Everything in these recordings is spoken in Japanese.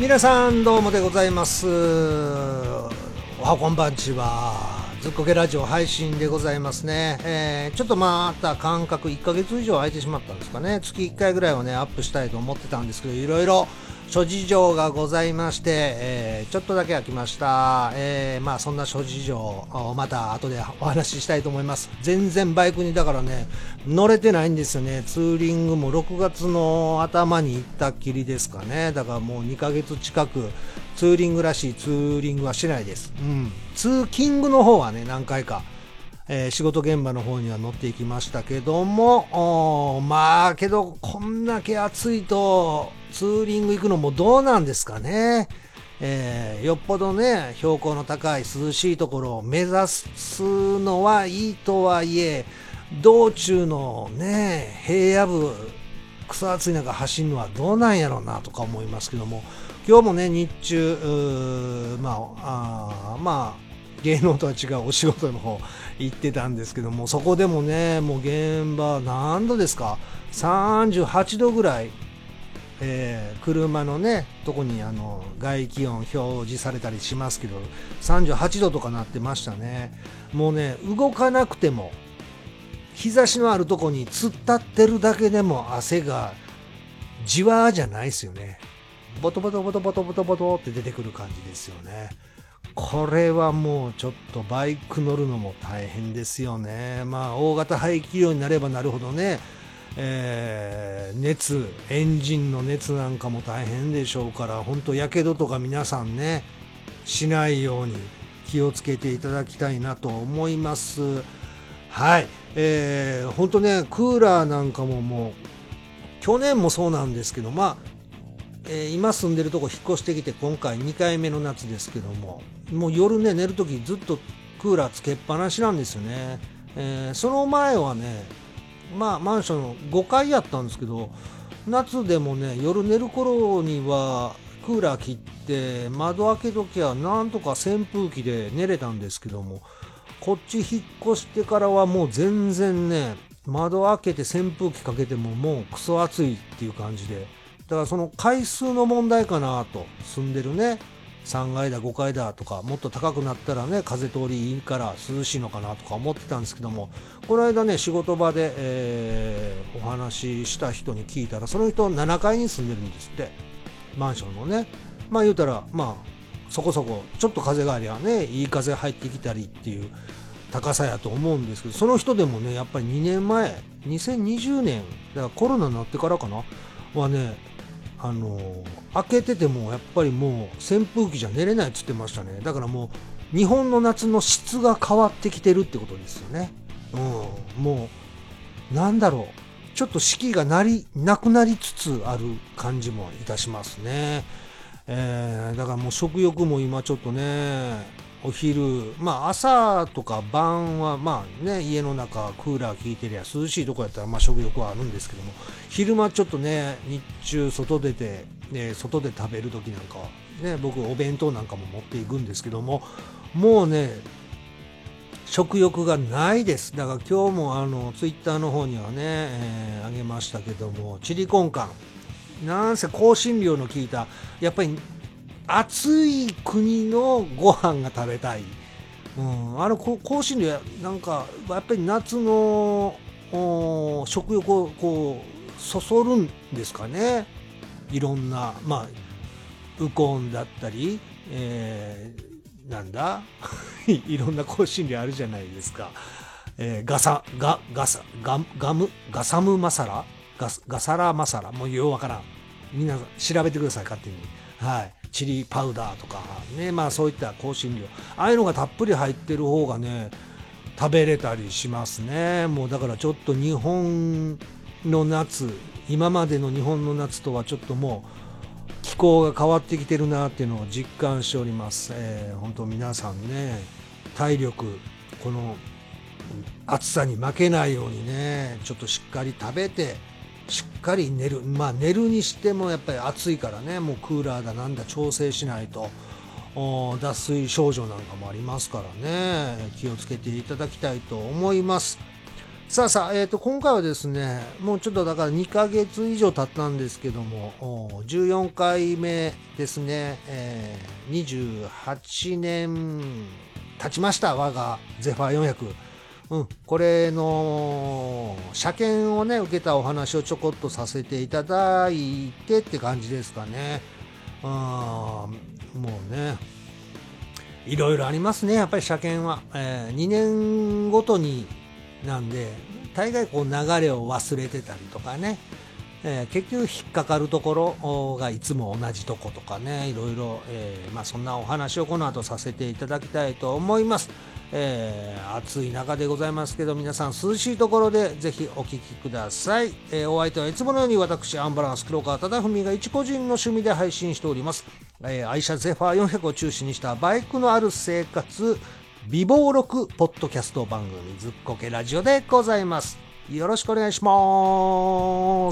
皆さんどうもでございます。おはこんばんちは。ずっこけラジオ配信でございますね。ちょっとまた間隔1ヶ月以上空いてしまったんですかね。月1回ぐらいはねアップしたいと思ってたんですけど、いろいろ諸事情がございまして、ちょっとだけ空きました。まあそんな諸事情また後でお話ししたいと思います。全然バイクにだからね乗れてないんですよね。ツーリングも6月の頭に行ったっきりですかね。だからもう2ヶ月近くツーリングらしいツーリングはしないです。ツーキングの方はね何回か、仕事現場の方には乗っていきましたけども、まあけどこんだけ暑いとツーリング行くのもどうなんですかね。よっぽどね標高の高い涼しいところを目指すのはいいとはいえ、道中のね平野部草暑い中走るのはどうなんやろうなとか思いますけども、今日もね日中まあ芸能とは違うお仕事の方行ってたんですけども、そこでもねもう現場何度ですか、38度ぐらい、車のねとこに外気温表示されたりしますけど、38度とかなってましたね。もうね動かなくても日差しのあるとこに突っ立ってるだけでも汗がじわーじゃないですよね。ボトボトボトボトボトボトって出てくる感じですよね。これはもうちょっとバイク乗るのも大変ですよね。まあ大型排気量になればなるほどね、エンジンの熱なんかも大変でしょうから、本当やけどとか皆さんねしないように気をつけていただきたいなと思います。はい、本当ねクーラーなんかももう去年もそうなんですけど、今住んでるとこ引っ越してきて今回2回目の夏ですけども、もう夜ね寝るときずっとクーラーつけっぱなしなんですよね。その前はねマンションの5階やったんですけど、夏でもね夜寝る頃にはクーラー切って窓開けときゃなんとか扇風機で寝れたんですけども、こっち引っ越してからはもう全然ね窓開けて扇風機かけてももうクソ暑いっていう感じで、だからその回数の問題かなと。住んでるね3階だ5階だとかもっと高くなったらね風通りいいから涼しいのかなとか思ってたんですけども、この間ね仕事場で、お話しした人に聞いたら、その人7階に住んでるんですって、マンションのね。言うたらそこそこちょっと風がありゃねいい風入ってきたりっていう高さやと思うんですけど、その人でもねやっぱり2年前2020年だからコロナになってからかなはね開けててもやっぱりもう扇風機じゃ寝れないっつってましたね。だからもう日本の夏の質が変わってきてるってことですよね。もうなんだろう、ちょっと四季がなくなりつつある感じもいたしますね。だからもう食欲も今ちょっとねお昼朝とか晩は家の中クーラー効いてりゃ涼しいとこやったら食欲はあるんですけども、昼間ちょっとね日中外出て、外で食べる時なんかはね僕お弁当なんかも持っていくんですけども、もうね食欲がないです。だから今日もツイッターの方にはね、あげましたけども、チリコンカンなんせ香辛料の効いたやっぱり暑い国のご飯が食べたい。香辛料なんかやっぱり夏の食欲をこうそそるんですかね。いろんなウコンだったり、なんだいろんな香辛料あるじゃないですか。ガサムマサラガサラマサラもうようわからん。みんな調べてください勝手に。はい、チリパウダーとかね、そういった香辛料ああいうのがたっぷり入ってる方がね食べれたりしますね。もうだからちょっと日本の夏、今までの日本の夏とはちょっともう気候が変わってきてるなっていうのを実感しております。本当皆さんね体力この暑さに負けないようにねちょっとしっかり食べてしっかり寝る。寝るにしてもやっぱり暑いからね、もうクーラーだなんだ調整しないと脱水症状なんかもありますからね、気をつけていただきたいと思います。 さあ、今回はですね、もうちょっとだから2ヶ月以上経ったんですけども、14回目ですね、28年経ちました、我がゼファー400。これの車検をね、受けたお話をちょこっとさせていただいてって感じですかね。もうね、いろいろありますね、やっぱり車検は。2年ごとになんで、大概こう流れを忘れてたりとかね、結局引っかかるところがいつも同じとことかね、いろいろ、そんなお話をこの後させていただきたいと思います。暑い中でございますけど、皆さん涼しいところでぜひお聞きください。お相手はいつものように私アンバランス黒川忠文が一個人の趣味で配信しております。愛車ゼファー400を中心にしたバイクのある生活美貌録ポッドキャスト番組ずっこけラジオでございます。よろしくお願いします。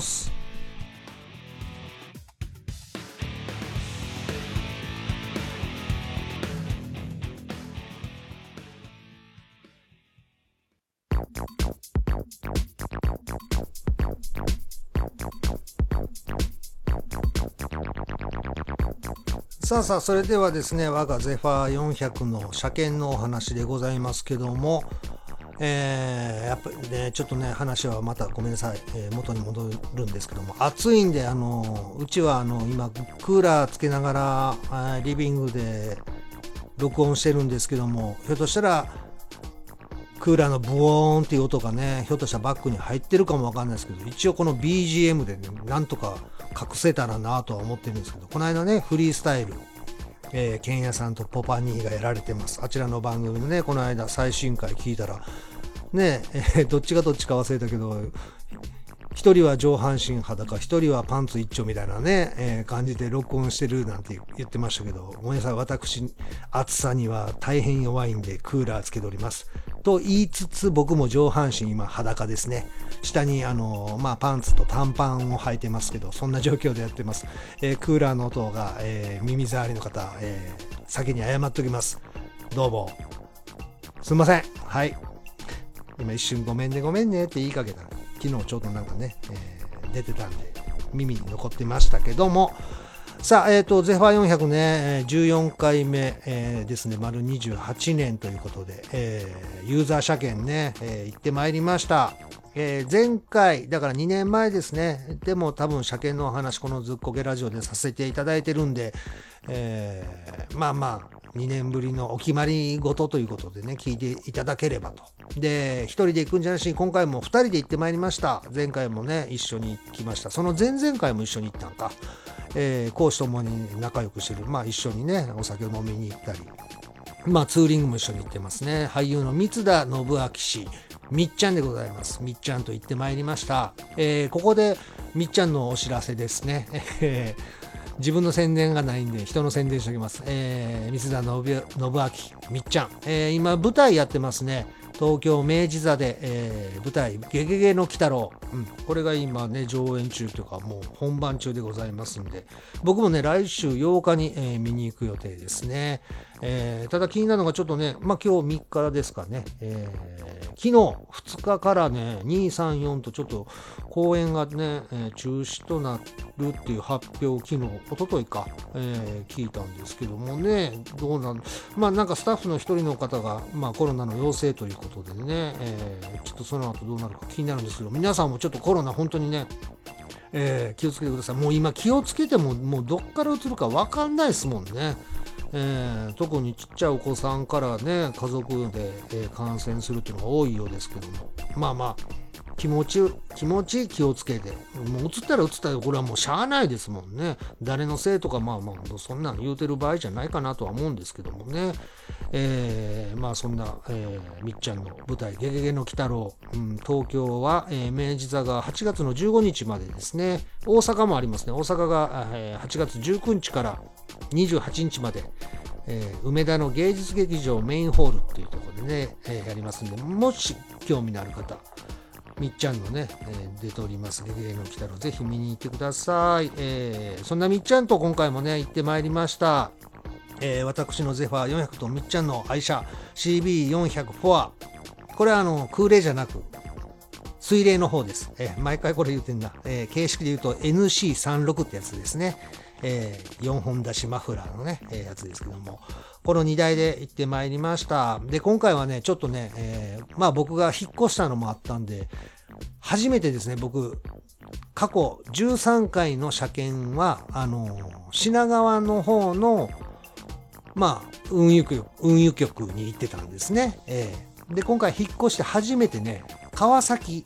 さあそれではですね、我がゼファー400の車検のお話でございますけども、やっぱりね、ちょっとね、話はまたごめんなさい、元に戻るんですけども、暑いんで、うちは今クーラーつけながらリビングで録音してるんですけども、ひょっとしたらクーラーのブオーンっていう音がね、ひょっとしたらバックに入ってるかもわかんないですけど、一応この BGM でね、なんとか隠せたらなとは思ってるんですけど、この間ね、フリースタイル、ケンヤさんとポパニーがやられてます。あちらの番組のね、この間最新回聞いたら、ね、どっちがどっちか忘れたけど、一人は上半身裸、一人はパンツ一丁みたいなね、感じで録音してるなんて言ってましたけど、ごめんなさい、私、暑さには大変弱いんでクーラーつけております。と言いつつ、僕も上半身今裸ですね。下にパンツと短パンを履いてますけど、そんな状況でやってます。クーラーの音が、耳障りの方、先に謝っておきます。どうも。すいません。はい。今一瞬ごめんねって言いかけた。昨日ちょうどなんかね、出てたんで耳に残ってましたけども、さあ、ゼファー400ね、14回目、ですね、丸28年ということで、ユーザー車検ね、行ってまいりました。前回、だから2年前ですね、でも多分車検のお話、このずっこけラジオでさせていただいてるんで、2年ぶりのお決まりごとということでね、聞いていただければと。で、一人で行くんじゃなしに、今回も二人で行ってまいりました。前回もね、一緒に行きました。その前々回も一緒に行ったんか。講師ともに仲良くしてる。一緒にね、お酒を飲みに行ったり。ツーリングも一緒に行ってますね。俳優の三田信明氏、みっちゃんでございます。みっちゃんと行ってまいりました。ここでみっちゃんのお知らせですね。自分の宣伝がないんで人の宣伝しておきます。三田信明みっちゃん、今舞台やってますね。東京明治座で、舞台ゲゲゲの鬼太郎、これが今ね上演中というかもう本番中でございますんで、僕もね来週8日に、見に行く予定ですね。ただ気になるのがちょっとね、今日3日ですかね、昨日2日からね2、3、4とちょっと公演がね、中止となるっていう発表を昨日一昨日か、聞いたんですけどもね、どうなんなんかスタッフの一人の方が、コロナの陽性ということでね、ちょっとその後どうなるか気になるんですけど、皆さんもちょっとコロナ本当にね、気をつけてください。もう今気をつけてももうどっからうつるか分かんないですもんね。特にちっちゃいお子さんからね家族で、感染するっていうのが多いようですけども、気持ち気をつけて、もう移ったらこれはもうしゃあないですもんね。誰のせいとかそんなん言うてる場合じゃないかなとは思うんですけどもね。そんな、みっちゃんの舞台ゲゲゲの鬼太郎、東京は、明治座が8月の15日までですね。大阪もありますね。大阪が、8月19日から28日まで、梅田の芸術劇場メインホールっていうところでね、やりますんで、もし興味のある方、みっちゃんのね、出ておりますゲゲゲの鬼太郎、ぜひ見に行ってください。そんなみっちゃんと今回もね行ってまいりました。私のゼファー400とみっちゃんの愛車 CB400 フォア、これは空冷じゃなく水冷の方です。毎回これ言ってんだ。形式で言うと NC36 ってやつですね。4本出しマフラーのね、やつですけども、この2台で行ってまいりました。で、今回はね、ちょっとね、まあ僕が引っ越したのもあったんで、初めてですね、僕、過去13回の車検は、品川の方の、まあ、運輸局に行ってたんですね。で、今回引っ越して初めてね、川崎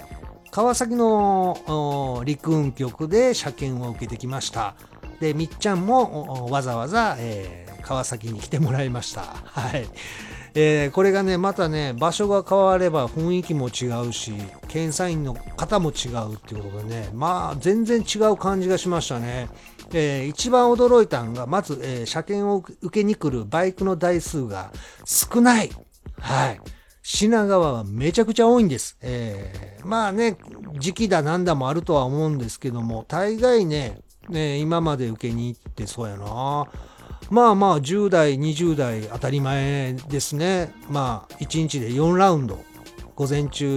の陸運局で車検を受けてきました。で、みっちゃんもわざわざ、川崎に来てもらいました。はい。これがね、またね、場所が変われば雰囲気も違うし、検査員の方も違うっていうことでね、まあ、全然違う感じがしましたね。一番驚いたのが、まず、車検を受けに来るバイクの台数が少ない。はい。品川はめちゃくちゃ多いんです。まあね、時期だなんだもあるとは思うんですけども、大概ね、今まで受けに行ってそうやな。まあまあ10代、20代当たり前ですね。まあ1日で4ラウンド。午前中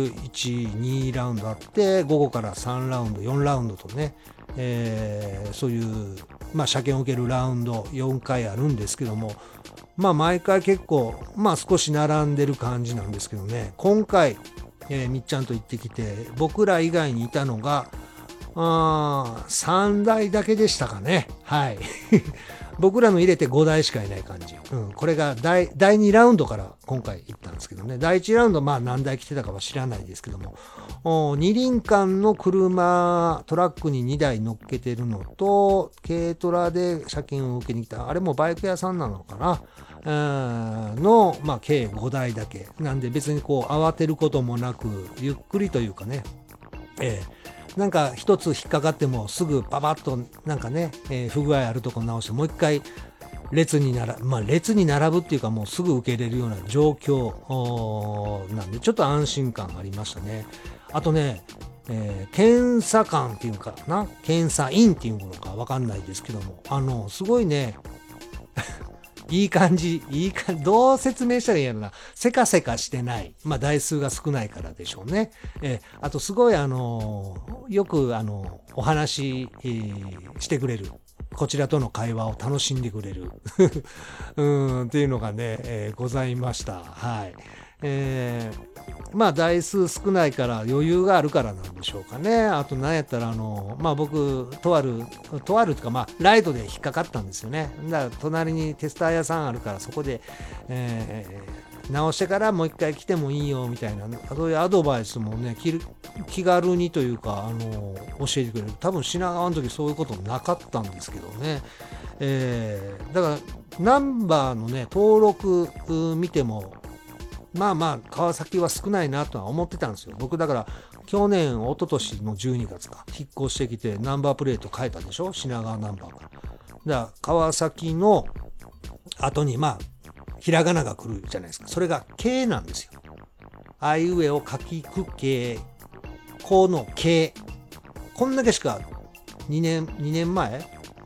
1、2ラウンドあって、午後から3ラウンド、4ラウンドとね、そういう、まあ車検を受けるラウンド4回あるんですけども、まあ毎回結構、まあ少し並んでる感じなんですけどね、今回、みっちゃんと行ってきて、僕ら以外にいたのが、3台だけでしたかね。はい。僕らの入れて5台しかいない感じ。これが第2ラウンドから今回行ったんですけどね。第1ラウンド、まあ何台来てたかは知らないですけども、二輪間のトラックに2台乗っけてるのと、軽トラで車検を受けに来た、あれもバイク屋さんなのかな。まあ計5台だけ。なんで別にこう慌てることもなく、ゆっくりというかね、なんか一つ引っかかってもすぐパパッとなんかね、不具合あるとこ直してもう一回列に並ぶっていうかもうすぐ受け入れるような状況なんでちょっと安心感ありましたね。あとね、検査官っていうかな、検査員っていうのかわかんないですけども、すごいねいい感じ、どう説明したらいいやろな。せかせかしてない。まあ、台数が少ないからでしょうね。あと、すごい、よく、お話、してくれる。こちらとの会話を楽しんでくれる。っていうのがね、ございました。はい。まあ台数少ないから余裕があるからなんでしょうかね。あと何やったらまあ僕とあるというかまあライトで引っかかったんですよね。だから隣にテスター屋さんあるからそこで、直してからもう一回来てもいいよみたいなそういうアドバイスもね気軽にというか教えてくれる。多分品川の時そういうことなかったんですけどね。だからナンバーのね登録見てもまあまあ川崎は少ないなとは思ってたんですよ。僕だから去年一昨年の12月か引っ越してきてナンバープレート変えたでしょ、品川ナンバーから。だから川崎の後にまあひらがなが来るじゃないですか。それが K なんですよ。あいうえを書きくけこの K、 こんだけしか2年前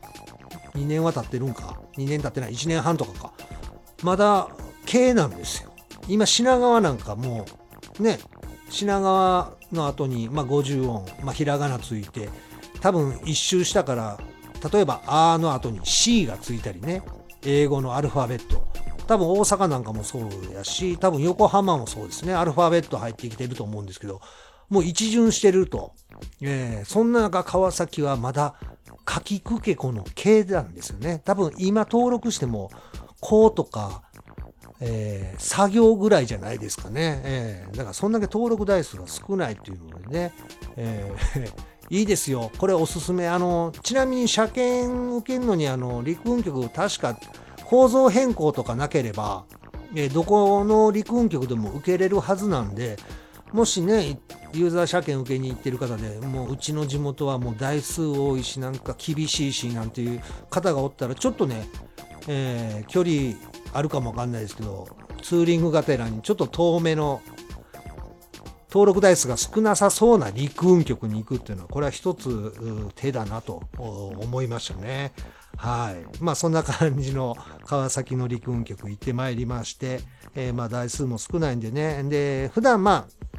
2年は経ってるんか、2年経ってない、1年半とかか、まだ K なんですよ。今品川なんかもうね、品川の後にまあ50音、まあ、ひらがなついて多分一周したから、例えばあの後に C がついたりね、英語のアルファベット、多分大阪なんかもそうやし、多分横浜もそうですね、アルファベット入ってきてると思うんですけど、もう一巡してると、そんな中川崎はまだかきくけこの K なんですよね。多分今登録してもこうとか作業ぐらいじゃないですかね。だからそんだけ登録台数が少ないっていうのでね、いいですよ。これおすすめ。ちなみに車検受けるのに陸運局確か構造変更とかなければ、どこの陸運局でも受けれるはずなんで、もしねユーザー車検受けに行ってる方でもううちの地元はもう台数多いしなんか厳しいしなんていう方がおったらちょっとね、距離あるかもわかんないですけど、ツーリングがてらにちょっと遠めの登録台数が少なさそうな陸運局に行くっていうのはこれは一つ手だなと思いましたね。はい。まあそんな感じの川崎の陸運局行ってまいりまして、まあ台数も少ないんでね。で、普段まあ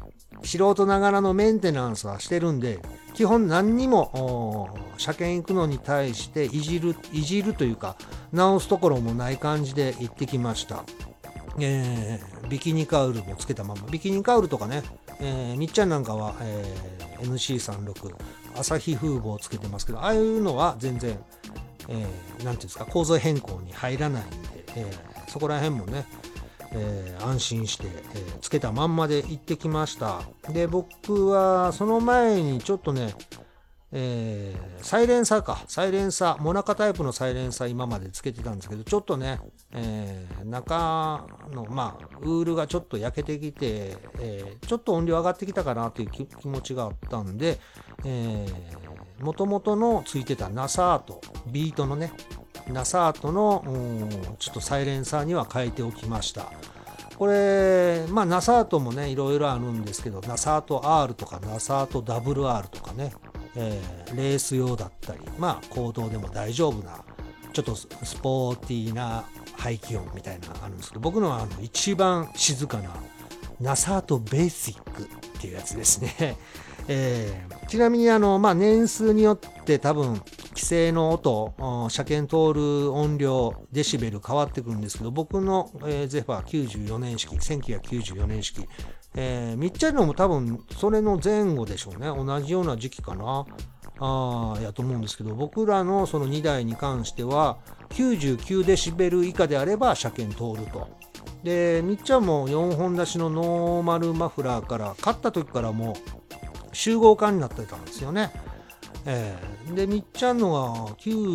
素人ながらのメンテナンスはしてるんで、基本何にも車検行くのに対していじるというか直すところもない感じで行ってきました。ビキニカウルもつけたまま、ビキニカウルとかね、みっちゃんなんかは、NC36 朝日風防をつけてますけど、ああいうのは全然、なんていうんですか、構造変更に入らないんで、そこら辺もね、安心して、つけたまんまで行ってきました。で、僕はその前にちょっとね、サイレンサー、モナカタイプのサイレンサー今までつけてたんですけど、ちょっとね、中の、ウールがちょっと焼けてきて、ちょっと音量上がってきたかなという気持ちがあったんで、元々のついてたナサート、ビートのね、ナサートのちょっとサイレンサーには変えておきました。これナサートもねいろいろあるんですけど、ナサート R とかナサート WR とかね、レース用だったり公道でも大丈夫なちょっとスポーティーな排気音みたいなのがあるんですけど、僕のは一番静かなナサートベーシックっていうやつですね。ちなみに年数によって多分規制の音、車検通る音量デシベル変わってくるんですけど、僕の、ゼファー94年式1994年式、みっちゃんのも多分それの前後でしょうね。同じような時期かなやと思うんですけど、僕らのその2台に関しては99デシベル以下であれば車検通ると。でみっちゃんも4本出しのノーマルマフラーから買った時からもう集合化になってたんですよね。でみっちゃんのは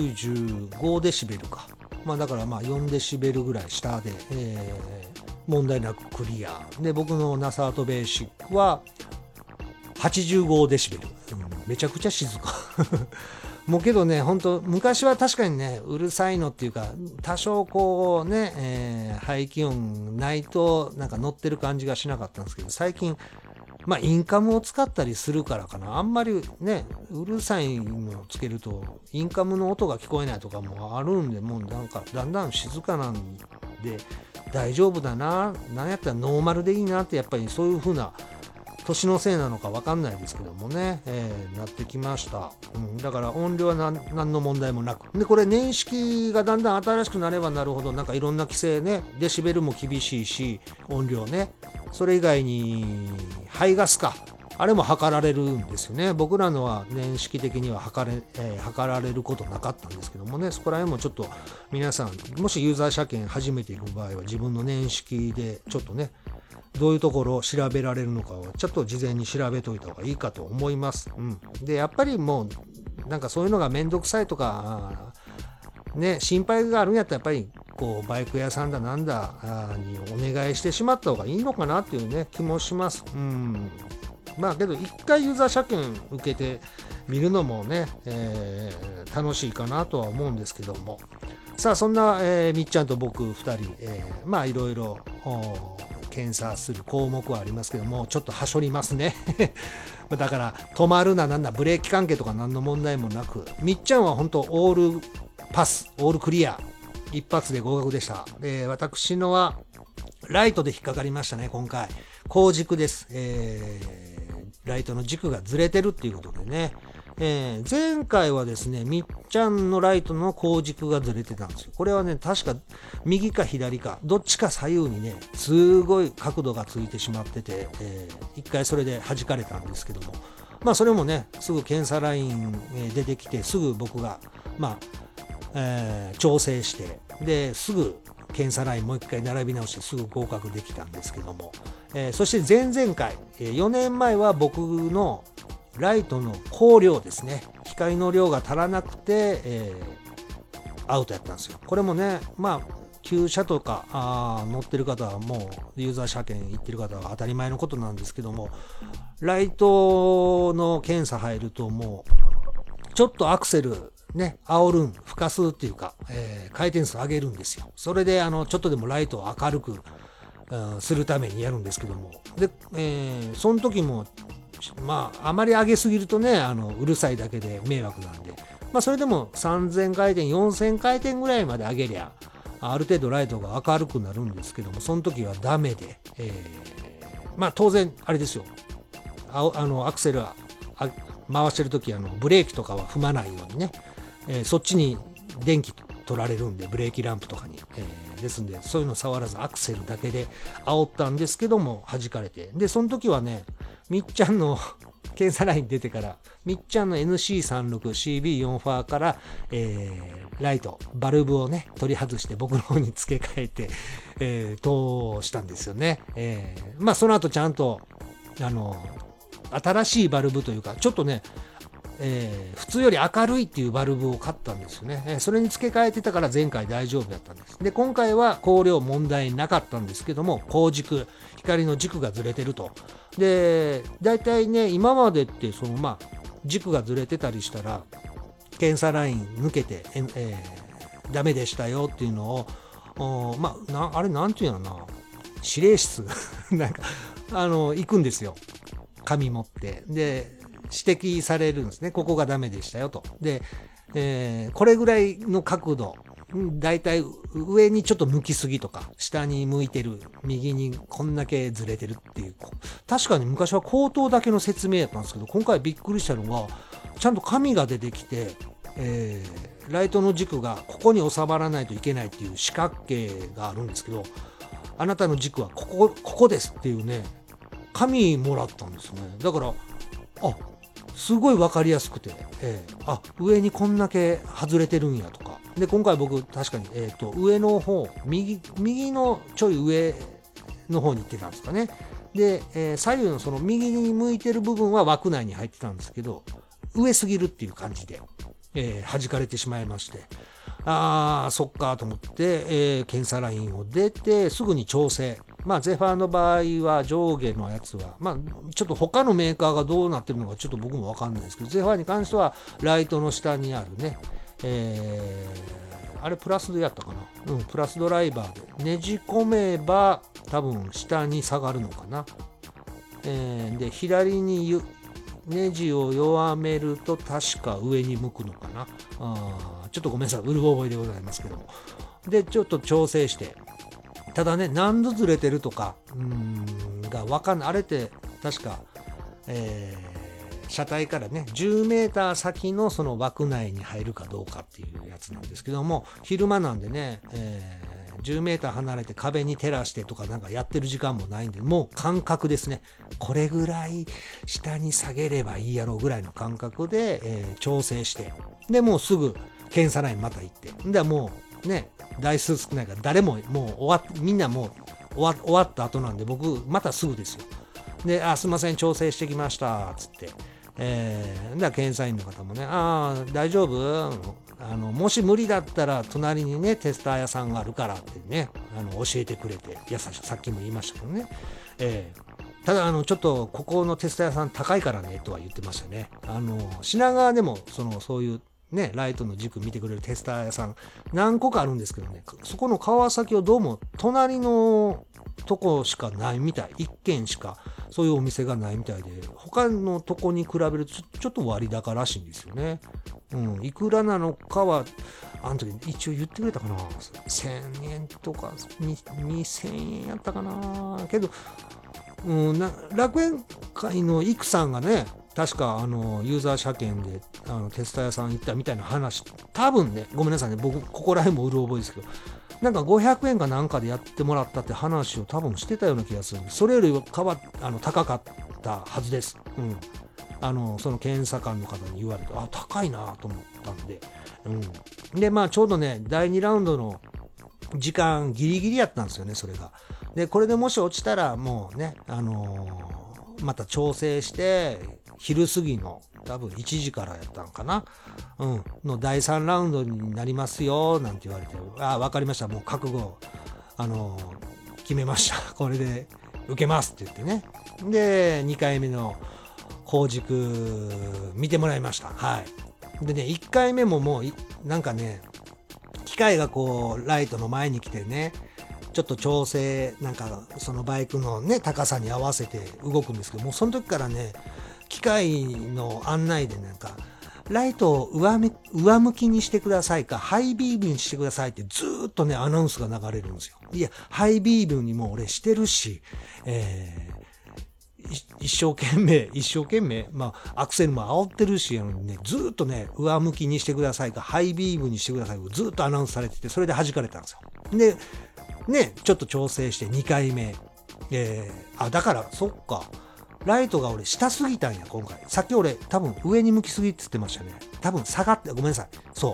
95デシベルか、だから4デシベルぐらい下で、問題なくクリアで、僕のナサートベーシックは85デシベル、めちゃくちゃ静かもうけどね、本当昔は確かにねうるさいのっていうか、多少こうね、排気音ないとなんか乗ってる感じがしなかったんですけど、最近インカムを使ったりするからかな、あんまりねうるさいのをつけるとインカムの音が聞こえないとかもあるんで、もうなんかだんだん静かなんで大丈夫だな、なんやったらノーマルでいいなって、やっぱりそういう風な年のせいなのか分かんないですけどもね、なってきました。だから音量は何の問題もなく、でこれ年式がだんだん新しくなればなるほど、なんかいろんな規制ね、デシベルも厳しいし、音量ね、それ以外に排ガスか、あれも測られるんですよね。僕らのは年式的には測られることなかったんですけどもね、そこら辺もちょっと皆さんもしユーザー車検初めて行く場合は自分の年式でちょっとねどういうところを調べられるのかをちょっと事前に調べといた方がいいかと思います。でやっぱりもうなんかそういうのがめんどくさいとかね、心配があるんやったらやっぱりこうバイク屋さんだなんだにお願いしてしまった方がいいのかなっていうね気もします。けど一回ユーザー車検受けてみるのもね、楽しいかなとは思うんですけども、さあそんな、みっちゃんと僕2人、いろいろ検査する項目はありますけども、ちょっとはしょりますねだから止まるななんだブレーキ関係とか何の問題もなく、みっちゃんは本当オールパスオールクリア一発で合格でした。私のはライトで引っかかりましたね。今回後軸です。ライトの軸がずれてるっていうことでね、前回はですねみっちゃんのライトの後軸がずれてたんですよ。これはね確か右か左かどっちか左右にねすごい角度がついてしまってて、一回それで弾かれたんですけども、それもねすぐ検査ライン出てきて、すぐ僕が調整してですぐ検査ラインもう一回並び直してすぐ合格できたんですけども、そして前々回、4年前は僕のライトの光量ですね、光の量が足らなくて、アウトやったんですよ。これもね旧車とか乗ってる方はもうユーザー車検行ってる方は当たり前のことなんですけども、ライトの検査入るともうちょっとアクセルね煽るん吹かすっていうか、回転数上げるんですよ。それでちょっとでもライトを明るくするためにやるんですけども、で、その時もあまり上げすぎるとねうるさいだけで迷惑なんで、それでも3000回転4000回転ぐらいまで上げりゃある程度ライトが明るくなるんですけども、その時はダメで、当然あれですよ、 アクセル回してるときブレーキとかは踏まないようにね、そっちに電気取られるんで、ブレーキランプとかに、ですんでそういうの触らずアクセルだけで煽ったんですけども弾かれて、でその時はね、みっちゃんの検査ライン出てからみっちゃんの NC36CB4 ファーから、ライトバルブをね取り外して僕の方に付け替えて、通したんですよね。まあその後ちゃんと新しいバルブというか、ちょっとね、普通より明るいっていうバルブを買ったんですよね。それに付け替えてたから前回大丈夫だったんです。で今回は光量問題なかったんですけども、光軸、光の軸がずれてると。でだいたいね、今までって軸がずれてたりしたら検査ライン抜けて、ダメでしたよっていうのを、あれなんていうのかな、指令室なんか行くんですよ、紙持って。で指摘されるんですね、ここがダメでしたよと。で、これぐらいの角度、だいたい上にちょっと向きすぎとか、下に向いてる、右にこんだけずれてるっていう。確かに昔は口頭だけの説明やったんですけど、今回びっくりしたのがちゃんと紙が出てきて、ライトの軸がここに収まらないといけないっていう四角形があるんですけど、あなたの軸はここですっていうね、紙もらったんですね。だからすごい分かりやすくて、上にこんだけ外れてるんやとか。で今回僕確かに、上の方、右のちょい上の方に行ってたんですかね。で、左右のその右に向いてる部分は枠内に入ってたんですけど、上すぎるっていう感じで、弾かれてしまいまして、そっかと思って、検査ラインを出てすぐに調整。ゼファーの場合は上下のやつは、ちょっと他のメーカーがどうなってるのかちょっと僕も分かんないですけど、ゼファーに関してはライトの下にあるね、あれプラスでやったかな、プラスドライバーでねじ込めば多分下に下がるのかな。で左にネジを弱めると確か上に向くのかな。ちょっとごめんなさい、うる覚えでございますけども。でちょっと調整して、ただね、何度ずれてるとかが分かんない。あれって確か、車体からね10メーター先のその枠内に入るかどうかっていうやつなんですけども、昼間なんでね、10メーター離れて壁に照らしてとかなんかやってる時間もないんで、もう感覚ですね。これぐらい下に下げればいいやろうぐらいの感覚で、調整して、でもうすぐ検査ラインまた行って、でもうね台数少ないから誰ももうみんなもう終わった後なんで、僕またすぐですよ。ですいません調整してきましたつって、検査員の方もね、大丈夫、もし無理だったら隣にねテスター屋さんがあるからってね教えてくれて、さっきも言いましたけどね、ただちょっとここのテスター屋さん高いからねとは言ってましたね。品川でもそういうねライトの軸見てくれるテスター屋さん何個かあるんですけどね、そこの川崎をどうも隣のとこしかないみたい、1軒しかそういうお店がないみたいで、他のとこに比べるとちょっと割高らしいんですよね。いくらなのかはあの時一応言ってくれたかな、1000円とか2000円やったかな。けど、楽園会のイクさんがね確かユーザー車検でテスター屋さん行ったみたいな話、多分ね、ごめんなさいね、僕ここら辺もうる覚えですけど、なんか500円かなんかでやってもらったって話を多分してたような気がするんで、それより高かったはずです。その検査官の方に言われて、高いなと思ったんで、でちょうどね第2ラウンドの時間ギリギリやったんですよね、それが。でこれでもし落ちたらもうねまた調整して昼過ぎの多分1時からやったのかな、の第3ラウンドになりますよなんて言われて、分かりました、もう覚悟決めましたこれで受けますって言ってね。で2回目の光軸見てもらいました。でね1回目ももうなんかね機械がこうライトの前に来てねちょっと調整なんかそのバイクのね高さに合わせて動くんですけども、その時からね機械の案内でなんかライトを上向きにしてくださいかハイビームにしてくださいってずーっとねアナウンスが流れるんですよ。いやハイビームにも俺してるし、 一生懸命、まあ、アクセルも煽ってるし、ずっとね、上向きにしてくださいか、ハイビームにしてくださいか、ずっとアナウンスされてて、それで弾かれたんですよ。で、ね、ちょっと調整して2回目。だから、そっか。ライトが俺下すぎたんや、今回。さっき俺多分上に向きすぎって言ってましたね。多分下がって、ごめんなさい。そう。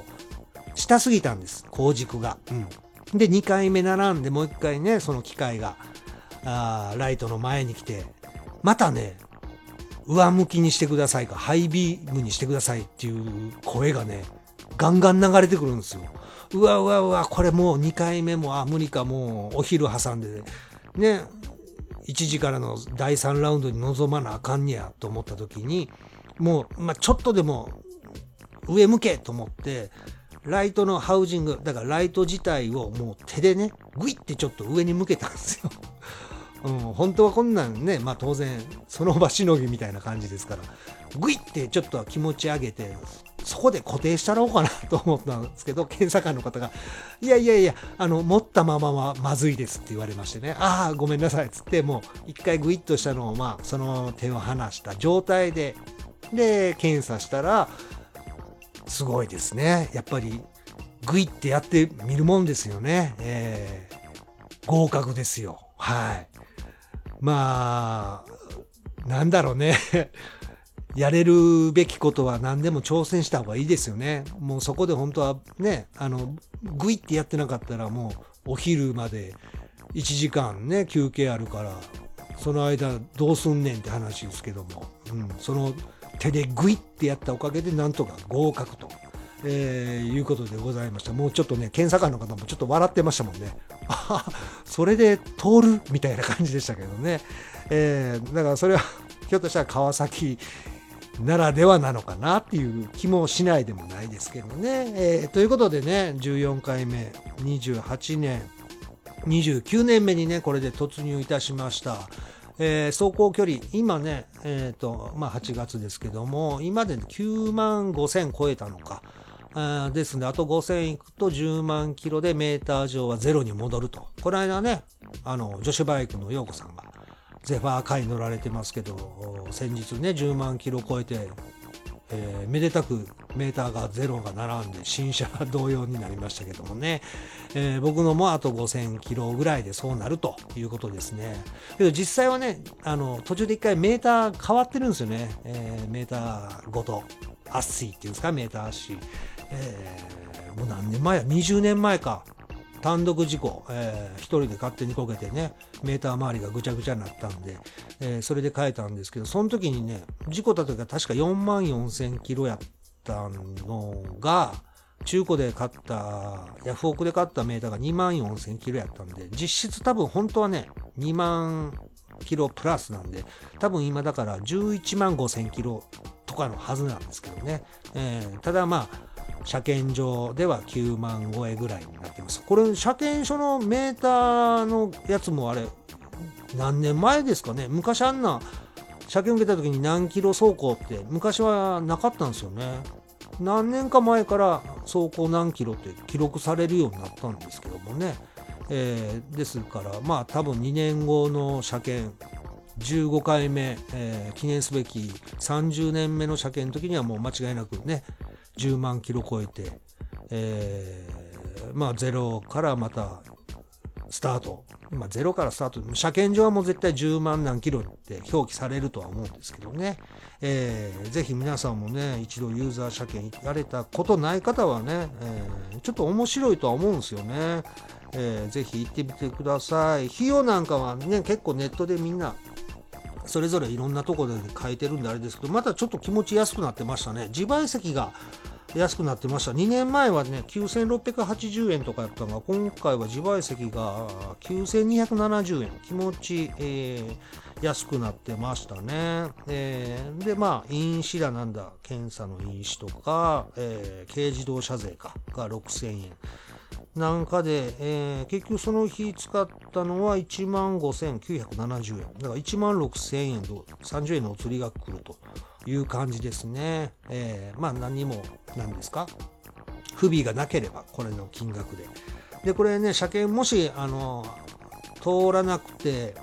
下すぎたんです、後軸が。で、2回目並んで、もう1回ね、その機械が、ライトの前に来て、またね、上向きにしてくださいか、ハイビームにしてくださいっていう声がね、ガンガン流れてくるんですよ。うわ、これもう2回目も、無理か、もうお昼挟んで、ね、1時からの第3ラウンドに臨まなあかんねやと思った時に、もう、ちょっとでも上向けと思って、ライトのハウジング、だからライト自体をもう手でね、グイってちょっと上に向けたんですよ。本当はこんなんね、当然その場しのぎみたいな感じですから、グイってちょっと気持ち上げて、そこで固定したろうかなと思ったんですけど、検査官の方が、いや、持ったままはまずいですって言われましてね、ごめんなさいっつって、もう一回グイッとしたのを、その手を離した状態で、検査したら、すごいですね。やっぱり、グイってやってみるもんですよね。合格ですよ。はい。なんだろうね。やれるべきことは何でも挑戦した方がいいですよね。もうそこで本当はね、グイってやってなかったらもうお昼まで1時間ね、休憩あるから、その間どうすんねんって話ですけども、その手でグイってやったおかげでなんとか合格と。いうことでございました。もうちょっとね、検査官の方もちょっと笑ってましたもんね。それで通るみたいな感じでしたけどね。だからそれはひょっとしたら川崎ならではなのかなっていう気もしないでもないですけどね。ということでね、14回目、28年、29年目にね、これで突入いたしました。走行距離、今ね、8月ですけども、今で9万5000超えたのか。ですので、あと5000いくと10万キロでメーター上はゼロに戻ると。この間ね、女子バイクの陽子さんが、ゼファー回乗られてますけど、先日ね、10万キロ超えて、めでたくメーターがゼロが並んで新車同様になりましたけどもね、僕のもあと5000キロぐらいでそうなるということですね。けど実際はね、途中で一回メーター変わってるんですよね。メーターごとアッシーっていうんですか、メーターアッシー。もう何年前や、20年前か。単独事故、一人で勝手にこけてね、メーター周りがぐちゃぐちゃになったんで、それで変えたんですけど、その時にね、事故った時は確か4万4000キロやったのが、中古で買った、ヤフオクで買ったメーターが2万4000キロやったんで、実質多分本当はね、2万キロプラスなんで、多分今だから11万5000キロとかのはずなんですけどね。ただ車検場では9万超えぐらいになってます。これ、車検証のメーターのやつもあれ、何年前ですかね。昔車検受けた時に何キロ走行って昔はなかったんですよね。何年か前から走行何キロって記録されるようになったんですけどもね。ですから多分2年後の車検15回目、記念すべき30年目の車検の時にはもう間違いなくね10万キロ超えて、ゼロからまたスタート、ゼロからスタート、車検上はもう絶対10万何キロって表記されるとは思うんですけどね、ぜひ皆さんもね一度ユーザー車検やれたことない方はね、ちょっと面白いとは思うんですよね。ぜひ行ってみてください。費用なんかはね結構ネットでみんなそれぞれいろんなところで書いてるんであれですけど、またちょっと気持ち安くなってましたね。自賠責が安くなってました。2年前はね9680円とかやったのが、今回は自賠責が9270円、気持ち、安くなってましたね。で飲酒だなんだ検査の飲酒とか、軽自動車税かが6000円なんかで、結局その日使ったのは15,970円。だから16,000円と30円のお釣りが来るという感じですね。何も何ですか不備がなければこれの金額で。で、これね、車検もし通らなくて、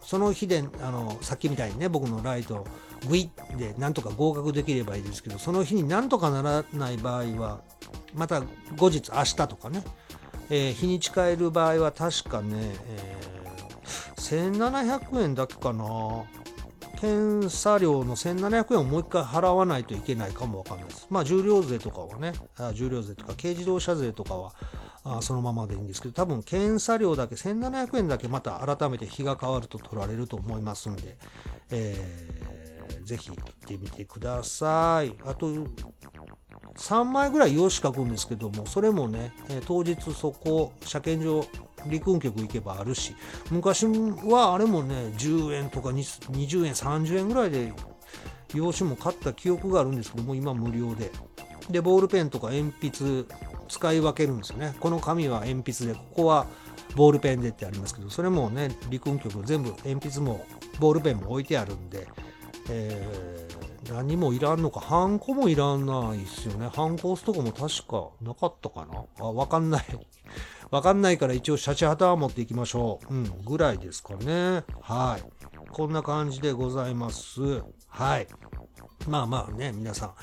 その日でさっきみたいにね、僕のライトグイッでなんとか合格できればいいですけど、その日になんとかならない場合はまた後日明日とかね、日にち変える場合は確かね、1700円だけかな、検査料の1700円をもう一回払わないといけないかもわかんないです。まあ重量税とかはね、重量税とか軽自動車税とかはそのままでいいんですけど、多分検査料だけ1700円だけまた改めて日が変わると取られると思いますんで、ぜひ行ってみてください。あと3枚ぐらい用紙書くんですけども、それもね、当日そこ車検場陸運局行けばあるし、昔はあれもね10円とか20円30円ぐらいで用紙も買った記憶があるんですけども、今無料でボールペンとか鉛筆使い分けるんですよね。この紙は鉛筆で、ここはボールペンでってありますけど、それもね陸運局全部鉛筆もボールペンも置いてあるんで、何もいらんのか、ハンコもいらないですよね。ハンコ押すとこも確かなかったかな、わかんないから一応シャチハタは持っていきましょう、ぐらいですかね。はい、こんな感じでございます。はい、まあね、皆さん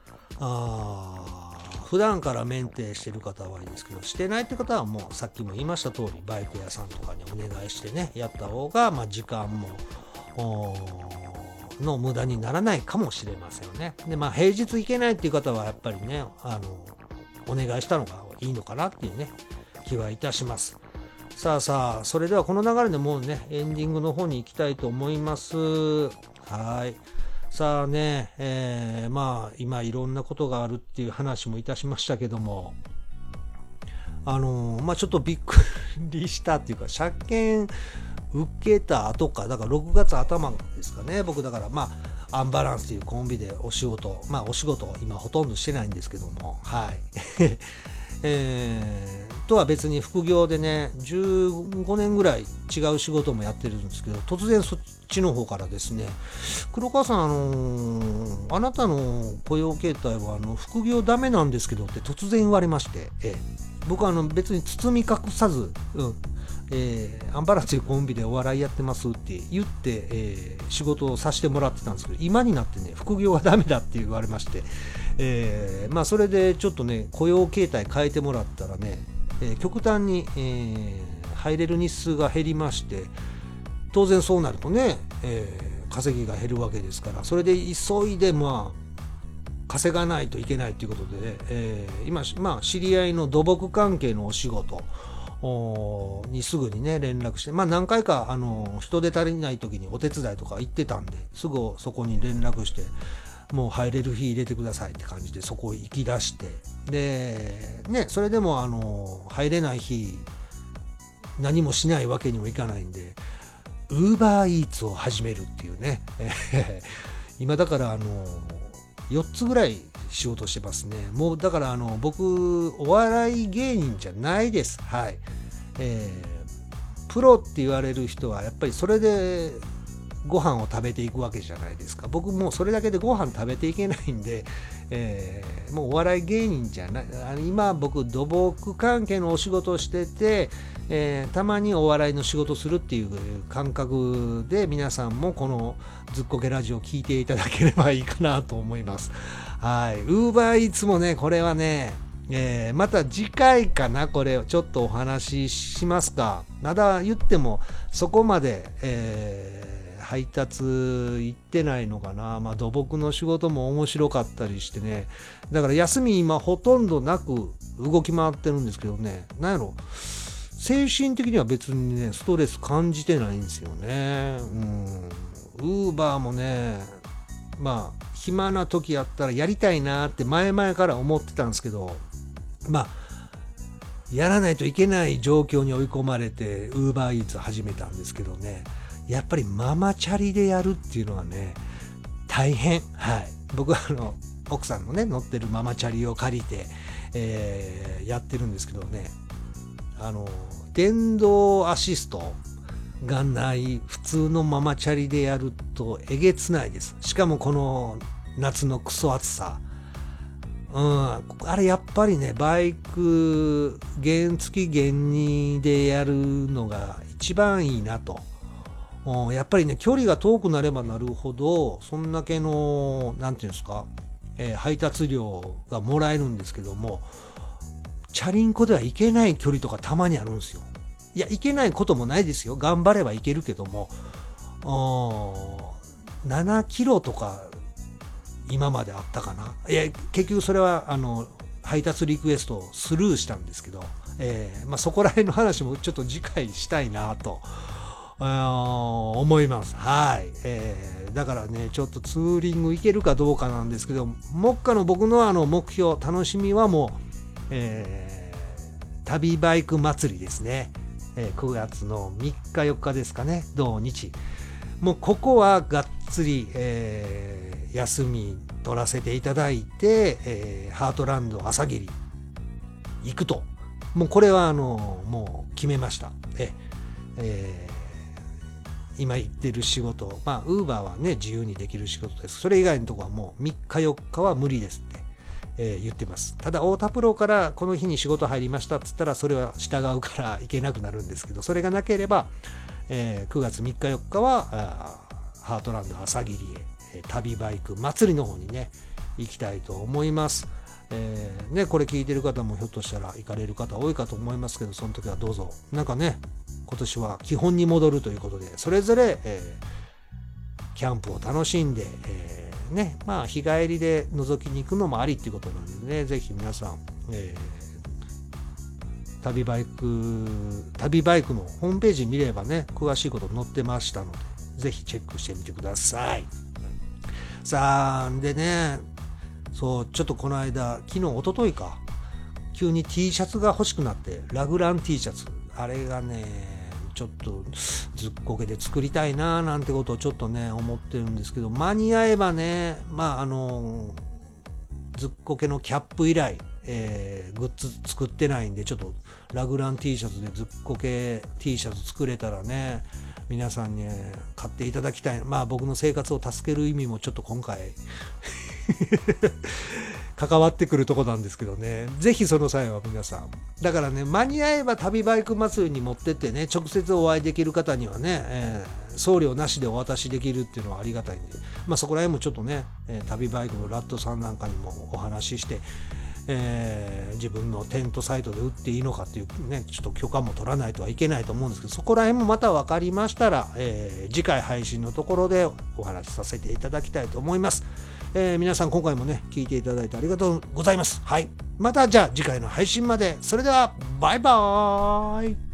普段からメンテしてる方はいいですけど、してないって方はもうさっきも言いました通りバイク屋さんとかにお願いしてねやった方が、時間もの無駄にならないかもしれませんよね。で平日行けないっていう方はやっぱりねお願いしたのがいいのかなっていうね気はいたします。さあそれではこの流れでもうねエンディングの方に行きたいと思います。はい、さあね、今いろんなことがあるっていう話もいたしましたけども、ちょっとびっくりしたっていうか、車検受けた後か、だから6月頭ですかね。僕だからアンバランスというコンビでお仕事今ほとんどしてないんですけども、はいとは別に副業でね15年ぐらい違う仕事もやってるんですけど、突然そっちの方からですね、黒川さんあなたの雇用形態は副業ダメなんですけどって突然言われまして、僕は別に包み隠さず、アンバランスというコンビでお笑いやってますって言って、仕事をさせてもらってたんですけど、今になってね副業はダメだって言われまして、それでちょっとね雇用形態変えてもらったらね、極端に、入れる日数が減りまして、当然そうなるとね、稼ぎが減るわけですから、それで急いで稼がないといけないということで、今知り合いの土木関係のお仕事にすぐにね連絡して、何回か人手足りない時にお手伝いとか行ってたんで、すぐそこに連絡して、もう入れる日入れてくださいって感じでそこ行き出して、でねそれでも入れない日何もしないわけにもいかないんで、ウーバーイーツを始めるっていうね今だから4つぐらい仕事してますね。もうだから僕お笑い芸人じゃないです。はい、プロって言われる人はやっぱりそれでご飯を食べていくわけじゃないですか。僕もうそれだけでご飯食べていけないんで、もうお笑い芸人じゃない。今僕土木関係のお仕事をしてて、たまにお笑いの仕事するっていう感覚で、皆さんもこのずっこけラジオを聞いていただければいいかなと思います。はい、ウーバーイーツもねこれはね、また次回かな、これちょっとお話ししますか。まだ言ってもそこまで、配達行ってないのかな。土木の仕事も面白かったりしてね、だから休み今ほとんどなく動き回ってるんですけどね、なんやろ精神的には別にねストレス感じてないんですよね。ウーバーもね暇な時やったらやりたいなって前々から思ってたんですけど、やらないといけない状況に追い込まれてウーバーイーツ始めたんですけどね、やっぱりママチャリでやるっていうのはね大変。はい、僕は奥さんのね乗ってるママチャリを借りて、やってるんですけどね、電動アシストがない普通のママチャリでやるとえげつないです。しかもこの夏のクソ暑さ、あれやっぱりねバイク原付原2でやるのが一番いいなとやっぱりね、距離が遠くなればなるほど、そんだけの、なんていうんですか、配達料がもらえるんですけども、チャリンコでは行けない距離とかたまにあるんですよ。いや、行けないこともないですよ。頑張れば行けるけども、7キロとか今まであったかな。いや、結局それは配達リクエストをスルーしたんですけど、そこら辺の話もちょっと次回したいなと思います。はい、だからね、ちょっとツーリング行けるかどうかなんですけど、目下の僕の目標、楽しみはもう、旅バイク祭りですね。9月の3日4日ですかね、土日。もうここはがっつり、休み取らせていただいて、ハートランド朝霧行くと。もうこれはもう決めました。今行ってる仕事、ウーバーはね、自由にできる仕事です。それ以外のところはもう3日4日は無理ですって、言ってます。ただ、太田プロからこの日に仕事入りましたっつったら、それは従うから行けなくなるんですけど、それがなければ、9月3日4日は、ハートランド朝霧へ、旅バイク祭りの方にね、行きたいと思います。これ聞いてる方もひょっとしたら行かれる方多いかと思いますけど、その時はどうぞ。なんかね、今年は基本に戻るということで、それぞれ、キャンプを楽しんで、日帰りで覗きに行くのもありっていうことなんでね、ぜひ皆さん、旅バイクのホームページ見ればね、詳しいこと載ってましたので、ぜひチェックしてみてください。さあ、でね、そう、ちょっとこの間、昨日、一昨日か、急に T シャツが欲しくなって、ラグラン T シャツ、あれがね、ちょっとずっこけで作りたいななんてことをちょっとね、思ってるんですけど、間に合えばね、ずっこけのキャップ以来、グッズ作ってないんで、ちょっとラグラン T シャツでずっこけ T シャツ作れたらね、皆さんに、買っていただきたい。僕の生活を助ける意味もちょっと今回関わってくるとこなんですけどね、ぜひその際は皆さん、だからね、間に合えば旅バイク祭りに持ってってね、直接お会いできる方にはね、送料なしでお渡しできるっていうのはありがたいんで、そこら辺もちょっとね、旅バイクのラットさんなんかにもお話しして、自分のテントサイトで売っていいのかっていうね、ちょっと許可も取らないとはいけないと思うんですけど、そこら辺もまた分かりましたら、次回配信のところでお話しさせていただきたいと思います。皆さん今回もね、聞いていただいてありがとうございます。はい。またじゃあ次回の配信まで。それでは、バイバーイ。